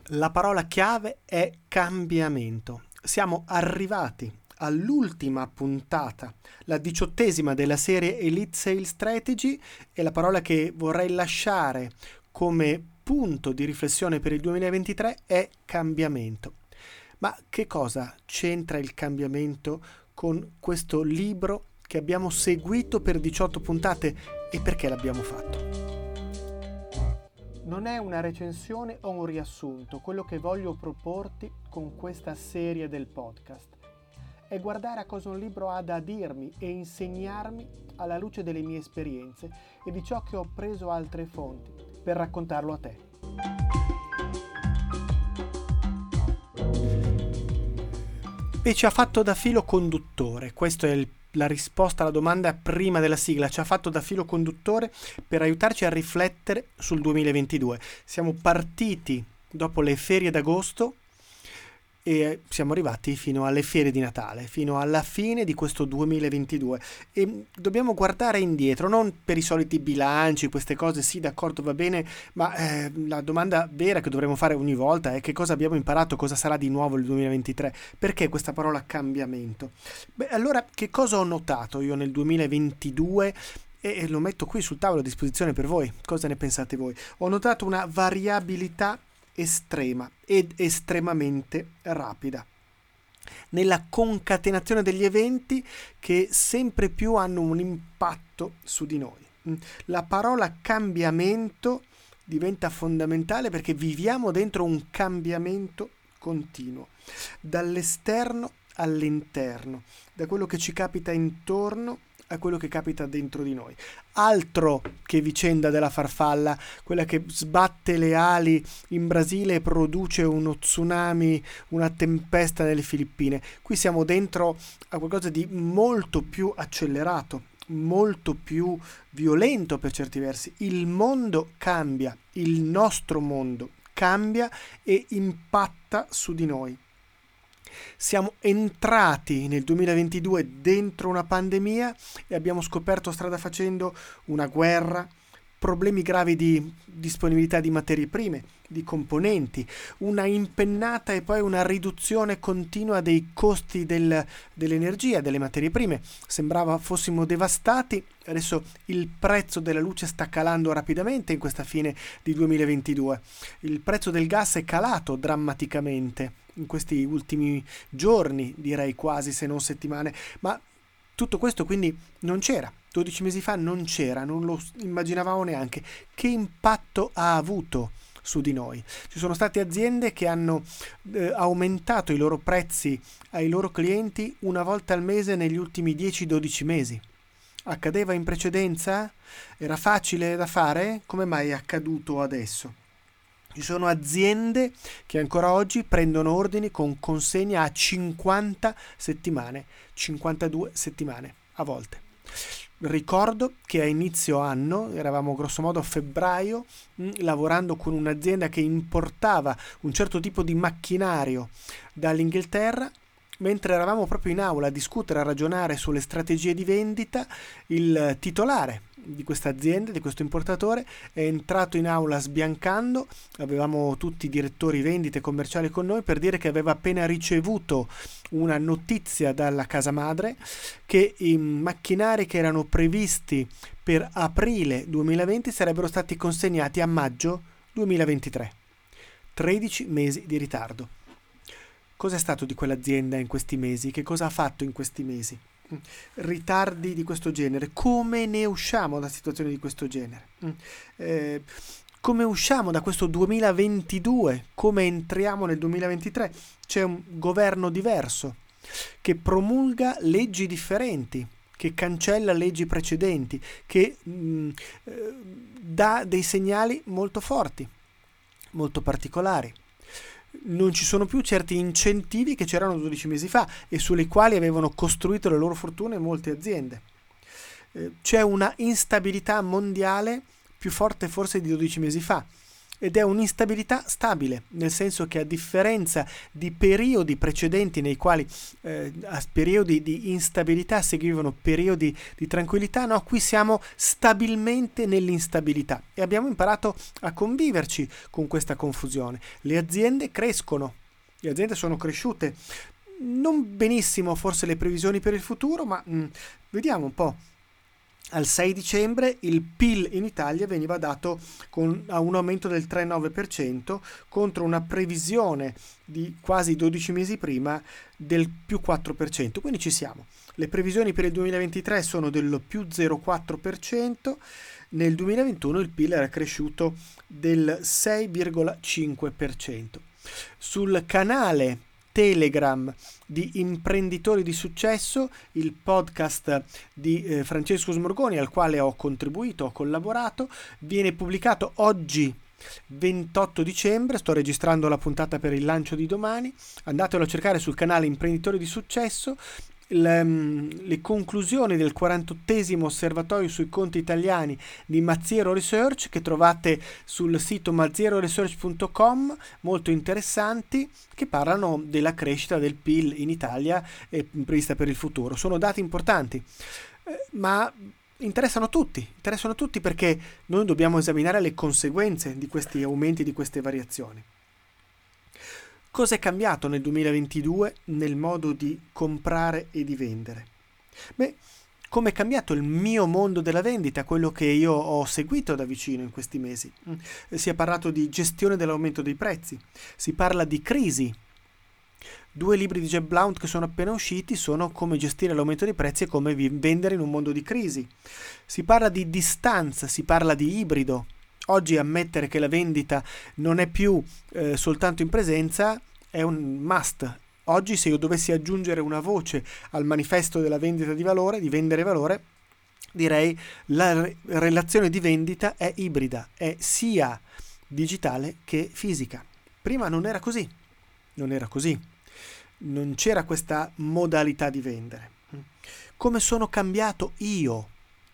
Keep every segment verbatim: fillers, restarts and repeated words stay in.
La parola chiave è cambiamento. Siamo arrivati all'ultima puntata, la diciottesima della serie Elite Sales Strategy, e la parola che vorrei lasciare come punto di riflessione per il duemilaventitré è cambiamento. Ma che cosa c'entra il cambiamento con questo libro che abbiamo seguito per diciotto puntate e perché l'abbiamo fatto? Non è una recensione o un riassunto quello che voglio proporti con questa serie del podcast. È guardare a cosa un libro ha da dirmi e insegnarmi alla luce delle mie esperienze e di ciò che ho preso altre fonti per raccontarlo a te. E ci ha fatto da filo conduttore, questa è il, la risposta alla domanda prima della sigla, ci ha fatto da filo conduttore per aiutarci a riflettere sul duemilaventidue. Siamo partiti dopo le ferie d'agosto e siamo arrivati fino alle ferie di Natale, fino alla fine di questo duemilaventidue, e dobbiamo guardare indietro, non per i soliti bilanci, queste cose, sì, d'accordo, va bene, ma eh, la domanda vera che dovremmo fare ogni volta è: che cosa abbiamo imparato, cosa sarà di nuovo il duemilaventitré? Perché questa parola cambiamento? Beh, allora, che cosa ho notato io nel duemilaventidue? E lo metto qui sul tavolo a disposizione per voi, cosa ne pensate voi? Ho notato una variabilità estrema ed estremamente rapida nella concatenazione degli eventi che sempre più hanno un impatto su di noi. La parola cambiamento diventa fondamentale perché viviamo dentro un cambiamento continuo, dall'esterno all'interno, da quello che ci capita intorno a quello che capita dentro di noi. Altro che vicenda della farfalla, quella che sbatte le ali in Brasile e produce uno tsunami, una tempesta nelle Filippine. Qui siamo dentro a qualcosa di molto più accelerato, molto più violento per certi versi. Il mondo cambia, il nostro mondo cambia e impatta su di noi. Siamo entrati nel duemilaventidue dentro una pandemia e abbiamo scoperto strada facendo una guerra, problemi gravi di disponibilità di materie prime, di componenti, una impennata e poi una riduzione continua dei costi del, dell'energia, delle materie prime. Sembrava fossimo devastati, adesso il prezzo della luce sta calando rapidamente in questa fine di duemilaventidue. Il prezzo del gas è calato drammaticamente in questi ultimi giorni, direi quasi, se non settimane, ma tutto questo quindi non c'era. dodici mesi fa non c'era, non lo immaginavamo neanche. Che impatto ha avuto su di noi? Ci sono state aziende che hanno eh, aumentato i loro prezzi ai loro clienti una volta al mese negli ultimi dieci dodici mesi. Accadeva in precedenza? Era facile da fare? Come mai è accaduto adesso? Ci sono aziende che ancora oggi prendono ordini con consegna a cinquanta settimane, cinquantadue settimane a volte. Ricordo che a inizio anno, eravamo grossomodo a febbraio, mh, lavorando con un'azienda che importava un certo tipo di macchinario dall'Inghilterra. Mentre eravamo proprio in aula a discutere, a ragionare sulle strategie di vendita, il titolare di questa azienda, di questo importatore, è entrato in aula sbiancando. Avevamo tutti i direttori vendite commerciali con noi per dire che aveva appena ricevuto una notizia dalla casa madre che i macchinari che erano previsti per aprile duemilaventi sarebbero stati consegnati a maggio duemilaventitré. tredici mesi di ritardo. Cos'è stato di quell'azienda in questi mesi? Che cosa ha fatto in questi mesi? Ritardi di questo genere. Come ne usciamo da situazioni di questo genere? Eh, come usciamo da questo duemilaventidue? Come entriamo nel duemilaventitré? C'è un governo diverso che promulga leggi differenti, che cancella leggi precedenti, che mh, eh, dà dei segnali molto forti, molto particolari. Non ci sono più certi incentivi che c'erano dodici mesi fa e sulle quali avevano costruito le loro fortune molte aziende. Eh, c'è una instabilità mondiale più forte forse di dodici mesi fa. ed è un'instabilità stabile, nel senso che a differenza di periodi precedenti nei quali eh, a periodi di instabilità seguivano periodi di tranquillità, no, qui siamo stabilmente nell'instabilità e abbiamo imparato a conviverci con questa confusione. Le aziende crescono, le aziende sono cresciute, non benissimo forse le previsioni per il futuro, ma mh, vediamo un po'. Al sei dicembre il P I L in Italia veniva dato con, a un aumento del tre virgola nove per cento contro una previsione di quasi dodici mesi prima del più quattro per cento, quindi ci siamo. Le previsioni per il duemilaventitré sono del più zero virgola quattro per cento, nel duemilaventuno il P I L era cresciuto del sei virgola cinque per cento. Sul canale Telegram di Imprenditori di Successo, il podcast di eh, Francesco Smorgoni al quale ho contribuito, ho collaborato, viene pubblicato oggi ventotto dicembre, sto registrando la puntata per il lancio di domani, andatelo a cercare sul canale Imprenditori di Successo. Le, le conclusioni del quarantottesimo osservatorio sui conti italiani di Mazziero Research, che trovate sul sito mazziero research punto com, molto interessanti, che parlano della crescita del P I L in Italia e prevista per il futuro. Sono dati importanti, eh, ma interessano tutti, interessano tutti perché noi dobbiamo esaminare le conseguenze di questi aumenti, di queste variazioni. Cosa è cambiato nel duemilaventidue nel modo di comprare e di vendere? Beh, come è cambiato il mio mondo della vendita, quello che io ho seguito da vicino in questi mesi. Si è parlato di gestione dell'aumento dei prezzi, si parla di crisi. Due libri di Jeb Blount che sono appena usciti sono come gestire l'aumento dei prezzi e come vendere in un mondo di crisi. Si parla di distanza, si parla di ibrido. Oggi ammettere che la vendita non è più eh, soltanto in presenza è un must. Oggi se io dovessi aggiungere una voce al manifesto della vendita di valore, di vendere valore, direi la re- relazione di vendita è ibrida, è sia digitale che fisica. Prima non era così, non era così, non c'era questa modalità di vendere. Come sono cambiato io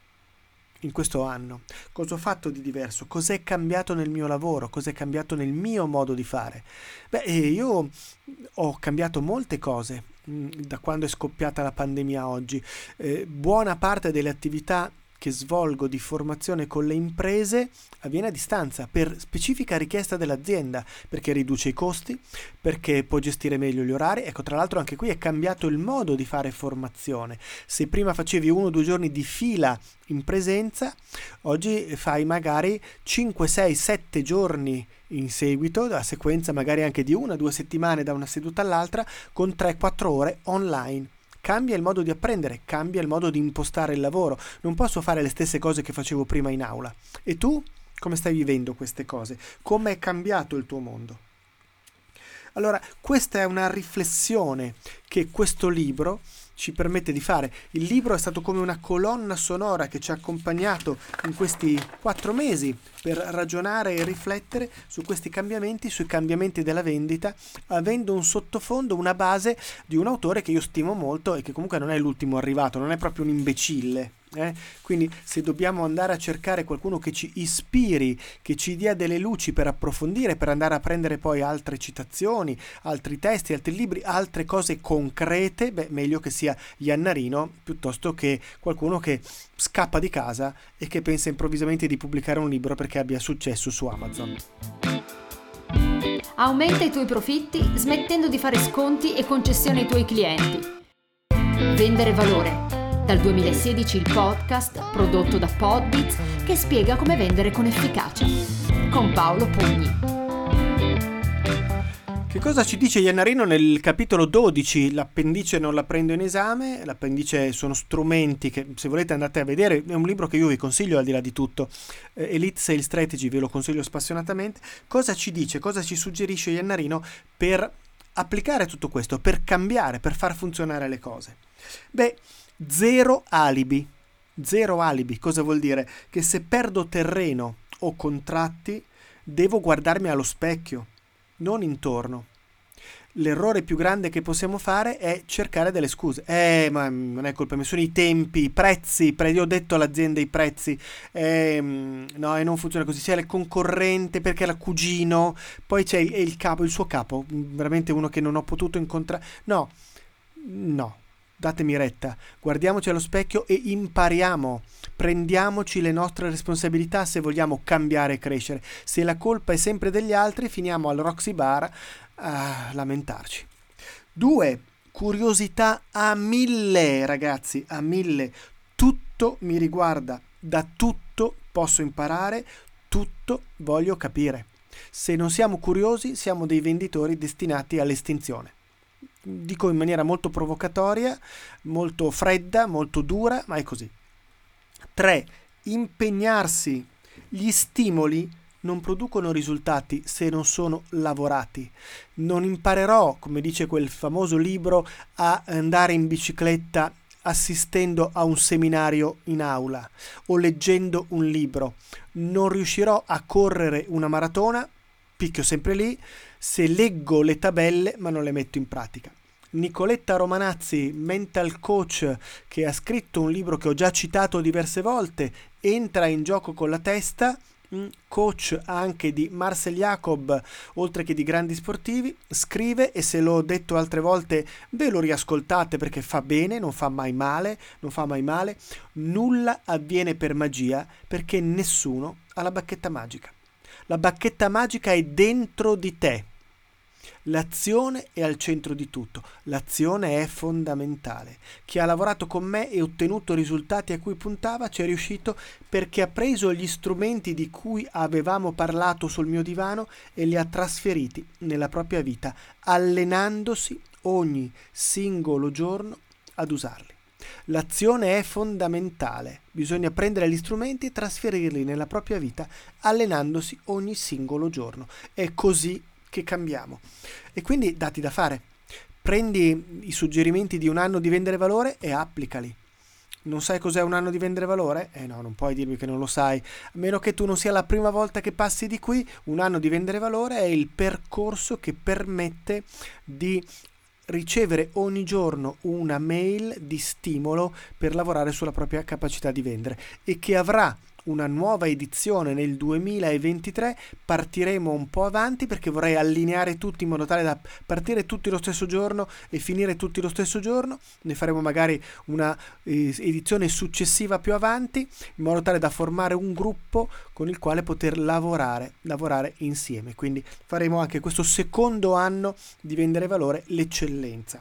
in questo anno? Cosa ho fatto di diverso? Cos'è cambiato nel mio lavoro? Cos'è cambiato nel mio modo di fare? Beh, io ho cambiato molte cose mh, da quando è scoppiata la pandemia a oggi. Eh, buona parte delle attività che svolgo di formazione con le imprese avviene a distanza per specifica richiesta dell'azienda, perché riduce i costi, perché può gestire meglio gli orari. Ecco, tra l'altro anche qui è cambiato il modo di fare formazione. Se prima facevi uno o due giorni di fila in presenza, oggi fai magari cinque, sei, sette giorni in seguito, la sequenza magari anche di una, due settimane da una seduta all'altra, con tre quattro ore online. Cambia il modo di apprendere, cambia il modo di impostare il lavoro. Non posso fare le stesse cose che facevo prima in aula. E tu come stai vivendo queste cose? Come è cambiato il tuo mondo? Allora, questa è una riflessione che questo libro ci permette di fare. Il libro è stato come una colonna sonora che ci ha accompagnato in questi quattro mesi per ragionare e riflettere su questi cambiamenti, sui cambiamenti della vendita, avendo un sottofondo, una base di un autore che io stimo molto e che comunque non è l'ultimo arrivato, non è proprio un imbecille. Eh? Quindi se dobbiamo andare a cercare qualcuno che ci ispiri, che ci dia delle luci per approfondire, per andare a prendere poi altre citazioni, altri testi, altri libri, altre cose concrete, beh, meglio che sia Iannarino piuttosto che qualcuno che scappa di casa e che pensa improvvisamente di pubblicare un libro perché abbia successo su Amazon. Aumenta i tuoi profitti smettendo di fare sconti e concessioni ai tuoi clienti. Vendere valore. Dal duemilasedici il podcast prodotto da Podbits che spiega come vendere con efficacia. Con Paolo Pugni. Che cosa ci dice Iannarino nel capitolo dodici? L'appendice non la prendo in esame, l'appendice sono strumenti che se volete andate a vedere, è un libro che io vi consiglio al di là di tutto. Eh, Elite Sales Strategy ve lo consiglio spassionatamente. Cosa ci dice, cosa ci suggerisce Iannarino per applicare tutto questo, per cambiare, per far funzionare le cose? Beh, Zero alibi. Zero alibi. Cosa vuol dire? Che se perdo terreno o contratti, devo guardarmi allo specchio, non intorno. l'errore più grande che possiamo fare è cercare delle scuse. Eh, ma non è colpa mia, sono i tempi, i prezzi, pre- io ho detto all'azienda i prezzi, eh, no, e non funziona così, c'è il concorrente perché la cugino, poi c'è il, il capo, il suo capo, veramente uno che non ho potuto incontrare. No, no, datemi retta, guardiamoci allo specchio e impariamo, prendiamoci le nostre responsabilità se vogliamo cambiare e crescere. Se la colpa è sempre degli altri, finiamo al Roxy Bar a lamentarci. Due, curiosità a mille, ragazzi, a mille. Tutto mi riguarda, da tutto posso imparare, tutto voglio capire. Se non siamo curiosi, siamo dei venditori destinati all'estinzione. Dico in maniera molto provocatoria, molto fredda, molto dura, ma è così. Tre, impegnarsi. Gli stimoli non producono risultati se non sono lavorati. Non imparerò, come dice quel famoso libro, a andare in bicicletta assistendo a un seminario in aula o leggendo un libro. Non riuscirò a correre una maratona, picchio sempre lì, se leggo le tabelle ma non le metto in pratica. Nicoletta Romanazzi, mental coach, che ha scritto un libro che ho già citato diverse volte, Entra in gioco con la testa, coach anche di Marcel Jacob, oltre che di grandi sportivi, scrive, e se l'ho detto altre volte ve lo riascoltate perché fa bene, non fa mai male, non fa mai male, nulla avviene per magia perché nessuno ha la bacchetta magica. La bacchetta magica è dentro di te. L'azione è al centro di tutto, l'azione è fondamentale. Chi ha lavorato con me e ottenuto risultati a cui puntava ci è riuscito perché ha preso gli strumenti di cui avevamo parlato sul mio divano e li ha trasferiti nella propria vita, allenandosi ogni singolo giorno ad usarli. L'azione è fondamentale, bisogna prendere gli strumenti e trasferirli nella propria vita allenandosi ogni singolo giorno. È così che cambiamo. E quindi dati da fare. Prendi i suggerimenti di un anno di vendere valore e applicali. Non sai cos'è un anno di vendere valore? Eh no, non puoi dirmi che non lo sai. A meno che tu non sia la prima volta che passi di qui, un anno di vendere valore è il percorso che permette di ricevere ogni giorno una mail di stimolo per lavorare sulla propria capacità di vendere e che avrà una nuova edizione nel duemilaventitré. Partiremo un po' avanti perché vorrei allineare tutti in modo tale da partire tutti lo stesso giorno e finire tutti lo stesso giorno. Ne faremo magari una eh, edizione successiva più avanti, in modo tale da formare un gruppo con il quale poter lavorare, lavorare insieme. Quindi faremo anche questo secondo anno di vendere valore, l'eccellenza.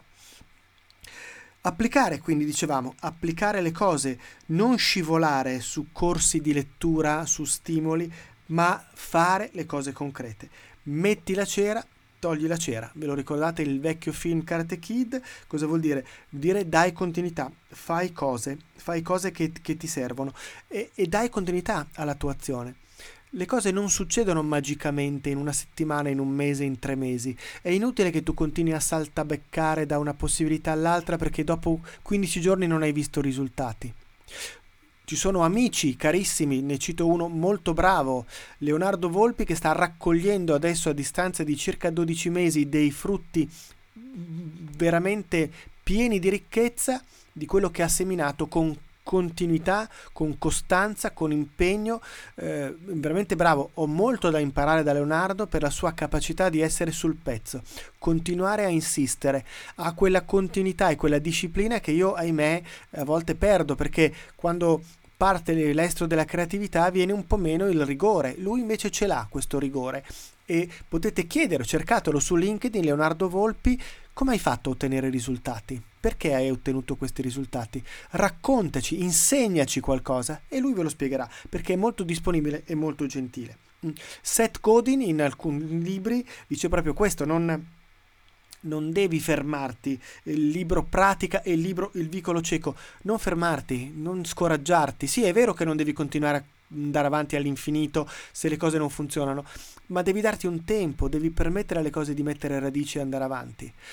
Applicare, quindi dicevamo, applicare le cose, non scivolare su corsi di lettura, su stimoli, ma fare le cose concrete. Metti la cera, togli la cera. Ve lo ricordate il vecchio film Karate Kid? Cosa vuol dire? Vuol dire dai continuità, fai cose, fai cose che, che ti servono e, e dai continuità alla tua azione. Le cose non succedono magicamente in una settimana, in un mese, in tre mesi. È inutile che tu continui a saltabeccare da una possibilità all'altra perché dopo quindici giorni non hai visto risultati. Ci sono amici carissimi, ne cito uno molto bravo, Leonardo Volpi, che sta raccogliendo adesso a distanza di circa dodici mesi dei frutti veramente pieni di ricchezza di quello che ha seminato con continuità, con costanza, con impegno, eh, veramente bravo. Ho molto da imparare da Leonardo per la sua capacità di essere sul pezzo, continuare a insistere, ha quella continuità e quella disciplina che io, ahimè, a volte perdo, perché quando parte l'estro della creatività viene un po' meno il rigore. Lui invece ce l'ha questo rigore e potete chiedere, cercatelo su LinkedIn, Leonardo Volpi, come hai fatto a ottenere risultati? Perché hai ottenuto questi risultati? Raccontaci, insegnaci qualcosa e lui ve lo spiegherà, perché è molto disponibile e molto gentile. Seth Godin in alcuni libri dice proprio questo, non, non devi fermarti, il libro Pratica e il libro Il vicolo cieco, non fermarti, non scoraggiarti. Sì, è vero che non devi continuare a andare avanti all'infinito se le cose non funzionano, ma devi darti un tempo, devi permettere alle cose di mettere radici e andare avanti.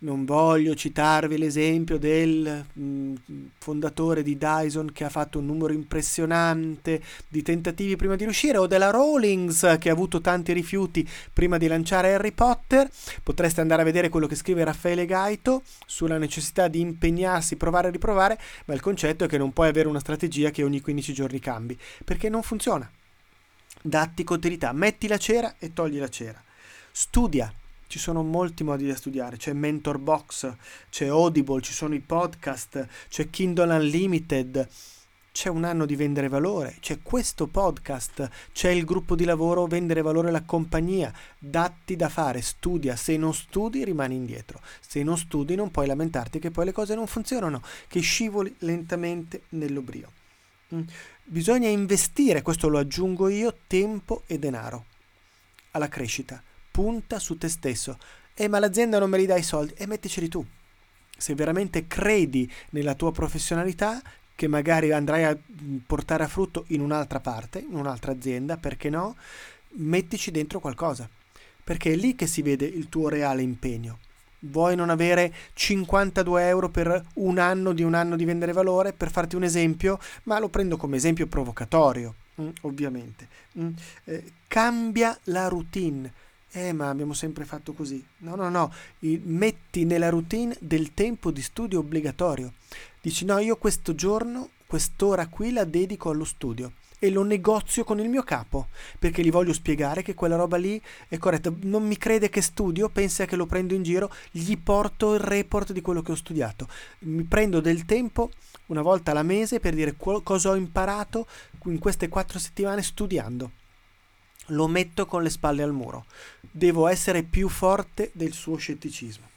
Non voglio citarvi l'esempio del mh, fondatore di Dyson che ha fatto un numero impressionante di tentativi prima di riuscire, o della Rawlings che ha avuto tanti rifiuti prima di lanciare Harry Potter. Potreste andare a vedere quello che scrive Raffaele Gaito sulla necessità di impegnarsi, provare e riprovare, ma il concetto è che non puoi avere una strategia che ogni quindici giorni cambi, perché non funziona. Datti continuità, metti la cera e togli la cera. Studia. Ci sono molti modi da studiare, c'è Mentor Box, c'è Audible, ci sono i podcast, c'è Kindle Unlimited, c'è un anno di Vendere Valore, c'è questo podcast, c'è il gruppo di lavoro Vendere Valore alla compagnia. Datti da fare, studia, se non studi rimani indietro, se non studi non puoi lamentarti che poi le cose non funzionano, che scivoli lentamente nell'oblio. Mm. Bisogna investire, questo lo aggiungo io, tempo e denaro alla crescita. Punta su te stesso. Eh, ma l'azienda non me li dà i soldi. E eh, metticeli tu. Se veramente credi nella tua professionalità, che magari andrai a portare a frutto in un'altra parte, in un'altra azienda, perché no? Mettici dentro qualcosa. Perché è lì che si vede il tuo reale impegno. Vuoi non avere cinquantadue euro per un anno di un anno di Vendere Valore? Per farti un esempio, ma lo prendo come esempio provocatorio, mm, ovviamente. Mm, eh, cambia la routine. Eh, ma abbiamo sempre fatto così. No, no, no. I, metti nella routine del tempo di studio obbligatorio. Dici, no, io questo giorno, quest'ora qui la dedico allo studio e lo negozio con il mio capo, perché gli voglio spiegare che quella roba lì è corretta. Non mi crede che studio, pensa che lo prendo in giro, gli porto il report di quello che ho studiato. Mi prendo del tempo una volta al mese per dire qual- cosa ho imparato in queste quattro settimane studiando. Lo metto con le spalle al muro. Devo essere più forte del suo scetticismo.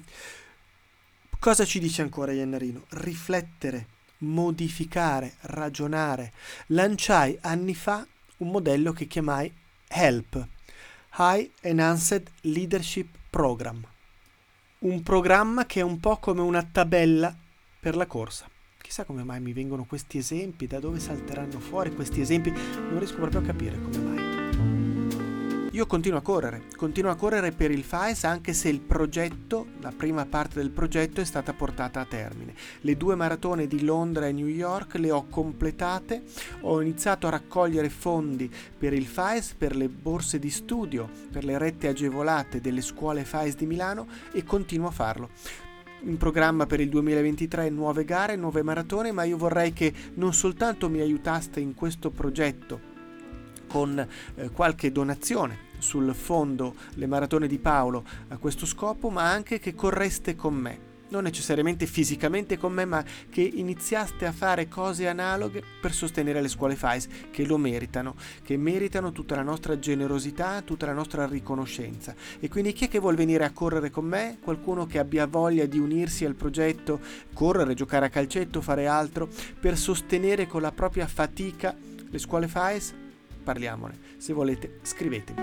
Cosa ci dice ancora Iannarino? Riflettere, modificare, ragionare. Lanciai anni fa un modello che chiamai HELP, High Enhanced Leadership Program. Un programma che è un po' come una tabella per la corsa. Chissà come mai mi vengono questi esempi, da dove salteranno fuori questi esempi, non riesco proprio a capire come mai. Io continuo a correre, continuo a correre per il F A E S anche se il progetto, la prima parte del progetto è stata portata a termine. Le due maratone di Londra e New York le ho completate, ho iniziato a raccogliere fondi per il F A E S, per le borse di studio, per le rette agevolate delle scuole F A E S di Milano e continuo a farlo. In programma per il duemilaventitré nuove gare, nuove maratone, ma io vorrei che non soltanto mi aiutaste in questo progetto con eh, qualche donazione sul fondo Le Maratone di Paolo a questo scopo, ma anche che correste con me, non necessariamente fisicamente con me, ma che iniziaste a fare cose analoghe per sostenere le scuole F A E S che lo meritano, che meritano tutta la nostra generosità, tutta la nostra riconoscenza. E quindi chi è che vuol venire a correre con me? Qualcuno che abbia voglia di unirsi al progetto, correre, giocare a calcetto, fare altro, per sostenere con la propria fatica le scuole F A E S? Parliamone. Se volete, scrivetemi.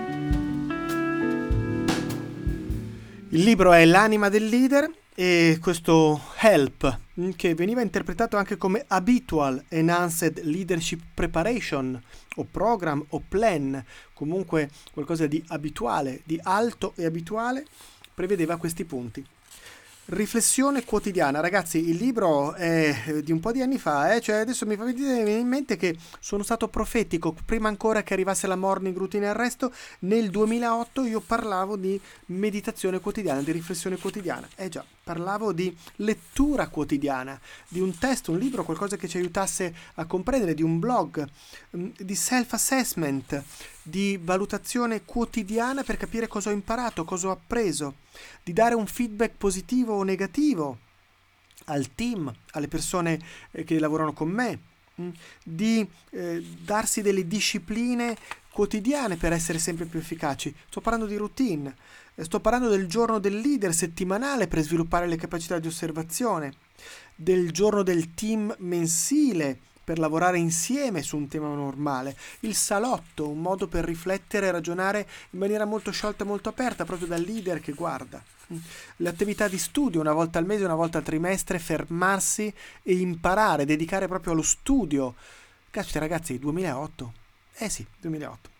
Il libro è L'anima del leader e questo HELP, che veniva interpretato anche come Habitual Enhanced Leadership Preparation o Program o Plan, comunque qualcosa di abituale, di alto e abituale, prevedeva questi punti. Riflessione quotidiana. Ragazzi, il libro è di un po' di anni fa, eh? Cioè adesso mi fa venire in mente che sono stato profetico prima ancora che arrivasse la morning routine e il resto. Nel duemilaotto io parlavo di meditazione quotidiana, di riflessione quotidiana. Eh già, parlavo di lettura quotidiana, di un testo, un libro, qualcosa che ci aiutasse a comprendere, di un blog, di self-assessment, di valutazione quotidiana per capire cosa ho imparato, cosa ho appreso, di dare un feedback positivo o negativo al team, alle persone eh, che lavorano con me, mh, di eh, darsi delle discipline quotidiane per essere sempre più efficaci. Sto parlando di routine, eh, sto parlando del giorno del leader settimanale per sviluppare le capacità di osservazione, del giorno del team mensile per lavorare insieme su un tema normale, il salotto, un modo per riflettere e ragionare in maniera molto sciolta e molto aperta, proprio dal leader che guarda. Le attività di studio, una volta al mese, una volta al trimestre, fermarsi e imparare, dedicare proprio allo studio. Caspita ragazzi, duemilaotto. Eh sì, duemilaotto.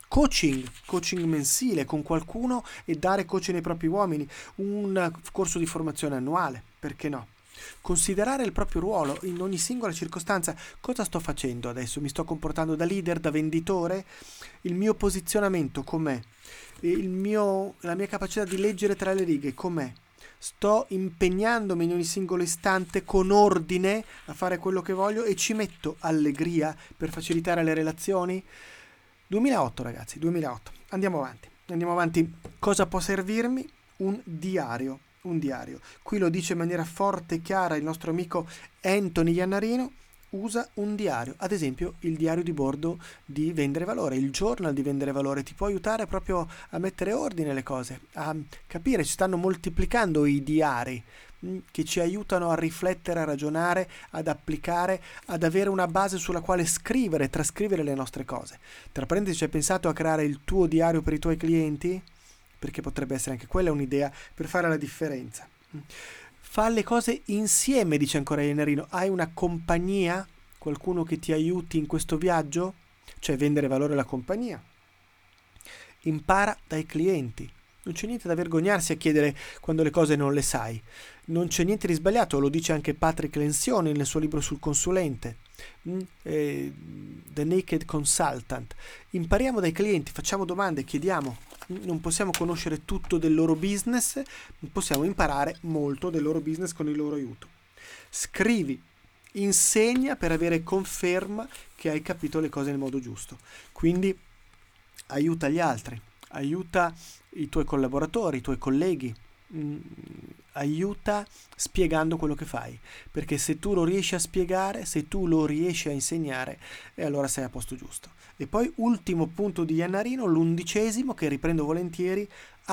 coaching, coaching mensile con qualcuno e dare coaching ai propri uomini, un corso di formazione annuale, perché no? Considerare il proprio ruolo in ogni singola circostanza. Cosa sto facendo adesso? Mi sto comportando da leader, da venditore? Il mio posizionamento com'è? Il mio, la mia capacità di leggere tra le righe com'è? Sto impegnandomi in ogni singolo istante con ordine a fare quello che voglio e ci metto allegria per facilitare le relazioni? duemilaotto ragazzi, duemilaotto. Andiamo avanti. Andiamo avanti. Cosa può servirmi? Un diario. Un diario. Qui lo dice in maniera forte e chiara il nostro amico Anthony Iannarino. Usa un diario, ad esempio il diario di bordo di Vendere Valore, il journal di Vendere Valore, ti può aiutare proprio a mettere ordine alle cose, a capire. Ci stanno moltiplicando i diari mh, che ci aiutano a riflettere, a ragionare, ad applicare, ad avere una base sulla quale scrivere, trascrivere le nostre cose. Tra parentesi, hai pensato a creare il tuo diario per i tuoi clienti? Perché potrebbe essere anche quella un'idea per fare la differenza. Fa le cose insieme, dice ancora Iannarino. Hai una compagnia? Qualcuno che ti aiuti in questo viaggio? Cioè Vendere Valore alla compagnia. Impara dai clienti. Non c'è niente da vergognarsi a chiedere quando le cose non le sai. Non c'è niente di sbagliato, lo dice anche Patrick Lencioni nel suo libro sul consulente. Mm, eh, The Naked Consultant. Impariamo dai clienti, facciamo domande, chiediamo. Non possiamo conoscere tutto del loro business, possiamo imparare molto del loro business con il loro aiuto. Scrivi, insegna per avere conferma che hai capito le cose nel modo giusto. Quindi aiuta gli altri, aiuta i tuoi collaboratori, i tuoi colleghi, mh, aiuta spiegando quello che fai, perché se tu lo riesci a spiegare, se tu lo riesci a insegnare, e allora sei a posto giusto. E poi ultimo punto di Iannarino, l'undicesimo, che riprendo volentieri: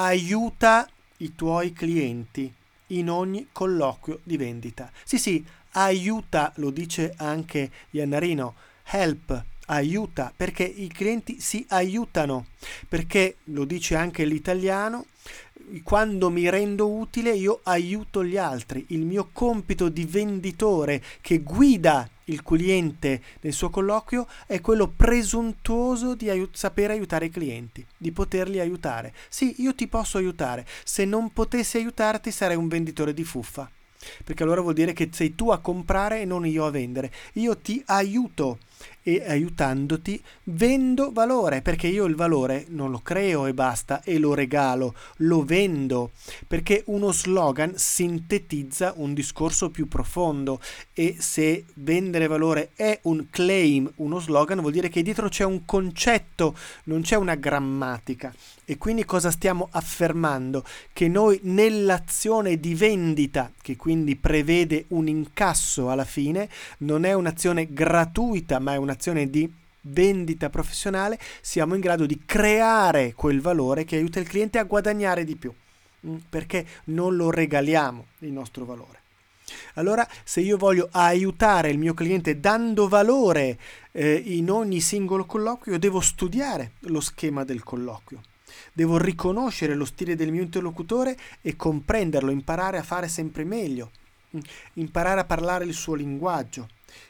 aiuta i tuoi clienti in ogni colloquio di vendita. Sì, sì, aiuta, lo dice anche Iannarino, help, aiuta, perché i clienti si aiutano, perché lo dice anche l'italiano, quando mi rendo utile io aiuto gli altri. Il mio compito di venditore che guida il cliente nel suo colloquio è quello presuntuoso di aiut- sapere aiutare i clienti, di poterli aiutare. Sì, io ti posso aiutare. Se non potessi aiutarti sarei un venditore di fuffa, perché allora vuol dire che sei tu a comprare e non io a vendere. Io ti aiuto e aiutandoti vendo valore, perché io il valore non lo creo e basta e lo regalo, lo vendo, perché uno slogan sintetizza un discorso più profondo, e se vendere valore è un claim, uno slogan, vuol dire che dietro c'è un concetto, non c'è una grammatica. E quindi cosa stiamo affermando? Che noi nell'azione di vendita, che quindi prevede un incasso alla fine, non è un'azione gratuita ma è un'azione di vendita professionale, siamo in grado di creare quel valore che aiuta il cliente a guadagnare di più, perché non lo regaliamo il nostro valore. Allora, se io voglio aiutare il mio cliente dando valore eh, in ogni singolo colloquio, devo studiare lo schema del colloquio. Devo riconoscere lo stile del mio interlocutore e comprenderlo, imparare a fare sempre meglio, imparare a parlare il suo linguaggio,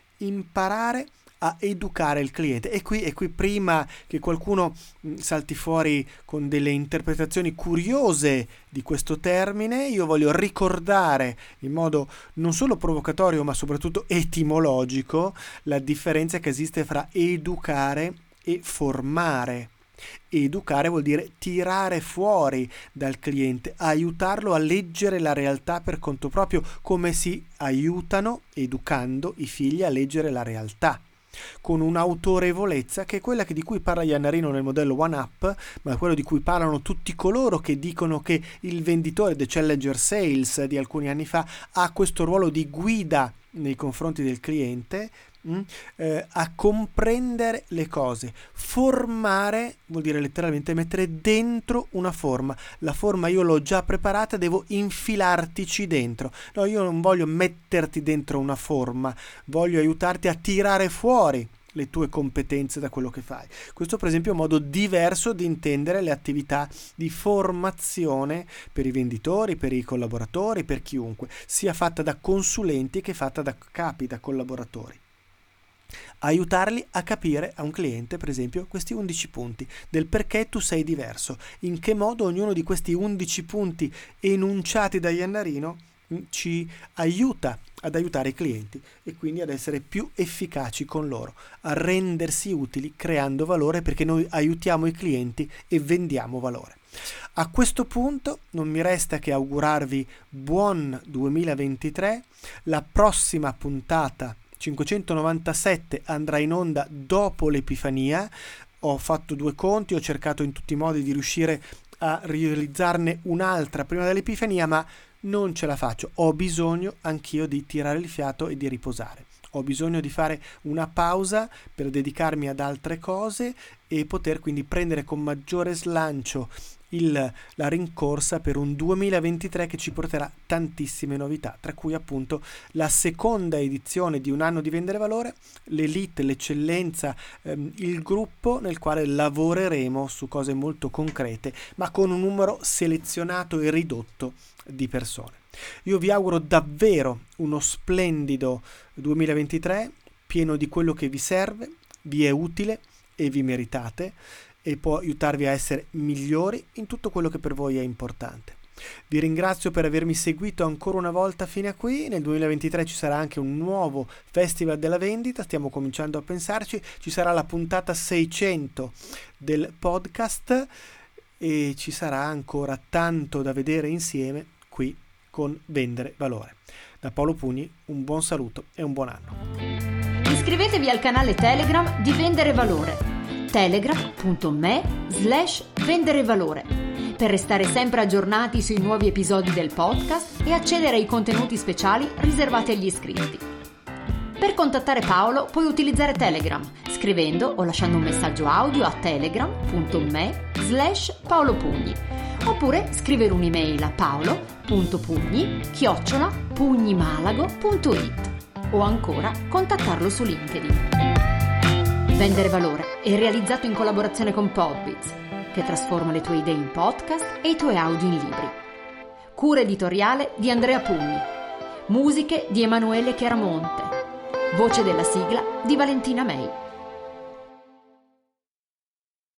imparare a educare il cliente. E qui, e qui prima che qualcuno salti fuori con delle interpretazioni curiose di questo termine, io voglio ricordare in modo non solo provocatorio ma soprattutto etimologico la differenza che esiste fra educare e formare. Educare vuol dire tirare fuori dal cliente, aiutarlo a leggere la realtà per conto proprio, come si aiutano educando i figli a leggere la realtà, con un'autorevolezza che è quella che di cui parla Iannarino nel modello One Up, ma è quello di cui parlano tutti coloro che dicono che il venditore, The Challenger Sales di alcuni anni fa, ha questo ruolo di guida nei confronti del cliente, mh, eh, a comprendere le cose. Formare vuol dire letteralmente mettere dentro una forma. La forma io l'ho già preparata, devo infilartici dentro. No, io non voglio metterti dentro una forma, voglio aiutarti a tirare fuori le tue competenze da quello che fai. Questo per esempio è un modo diverso di intendere le attività di formazione per i venditori, per i collaboratori, per chiunque, sia fatta da consulenti che fatta da capi, da collaboratori. Aiutarli a capire a un cliente, per esempio, questi undici punti del perché tu sei diverso, in che modo ognuno di questi undici punti enunciati da Iannarino ci aiuta ad aiutare i clienti e quindi ad essere più efficaci con loro, a rendersi utili creando valore, perché noi aiutiamo i clienti e vendiamo valore. A questo punto non mi resta che augurarvi buon duemilaventitré. La prossima puntata cinquecentonovantasette andrà in onda dopo l'Epifania. Ho fatto due conti, ho cercato in tutti i modi di riuscire a realizzarne un'altra prima dell'Epifania, ma non ce la faccio. Ho bisogno anch'io di tirare il fiato e di riposare. Ho bisogno di fare una pausa per dedicarmi ad altre cose e poter quindi prendere con maggiore slancio il, la rincorsa per un duemilaventitré che ci porterà tantissime novità, tra cui appunto la seconda edizione di Un anno di vendere valore, l'elite, l'eccellenza, ehm, il gruppo nel quale lavoreremo su cose molto concrete, ma con un numero selezionato e ridotto di persone. Io vi auguro davvero uno splendido duemilaventitré, pieno di quello che vi serve, vi è utile e vi meritate, e può aiutarvi a essere migliori in tutto quello che per voi è importante. Vi ringrazio per avermi seguito ancora una volta fino a qui. Nel duemilaventitré ci sarà anche un nuovo Festival della Vendita, stiamo cominciando a pensarci, ci sarà la puntata seicento del podcast e ci sarà ancora tanto da vedere insieme qui con Vendere Valore. Da Paolo Pugni un buon saluto e un buon anno. Iscrivetevi al canale Telegram di Vendere Valore, telegram.me slash vendere valore, per restare sempre aggiornati sui nuovi episodi del podcast e accedere ai contenuti speciali riservati agli iscritti. Per contattare Paolo puoi utilizzare Telegram scrivendo o lasciando un messaggio audio a telegram.me slash paolopugni, oppure scrivere un'email a paolo.pugni chiocciola pugnimalago.it o ancora contattarlo su LinkedIn. Vendere Valore è realizzato in collaborazione con Podbiz, che trasforma le tue idee in podcast e i tuoi audio in libri. Cura editoriale di Andrea Pugni. Musiche di Emanuele Chiaramonte. Voce della sigla di Valentina May.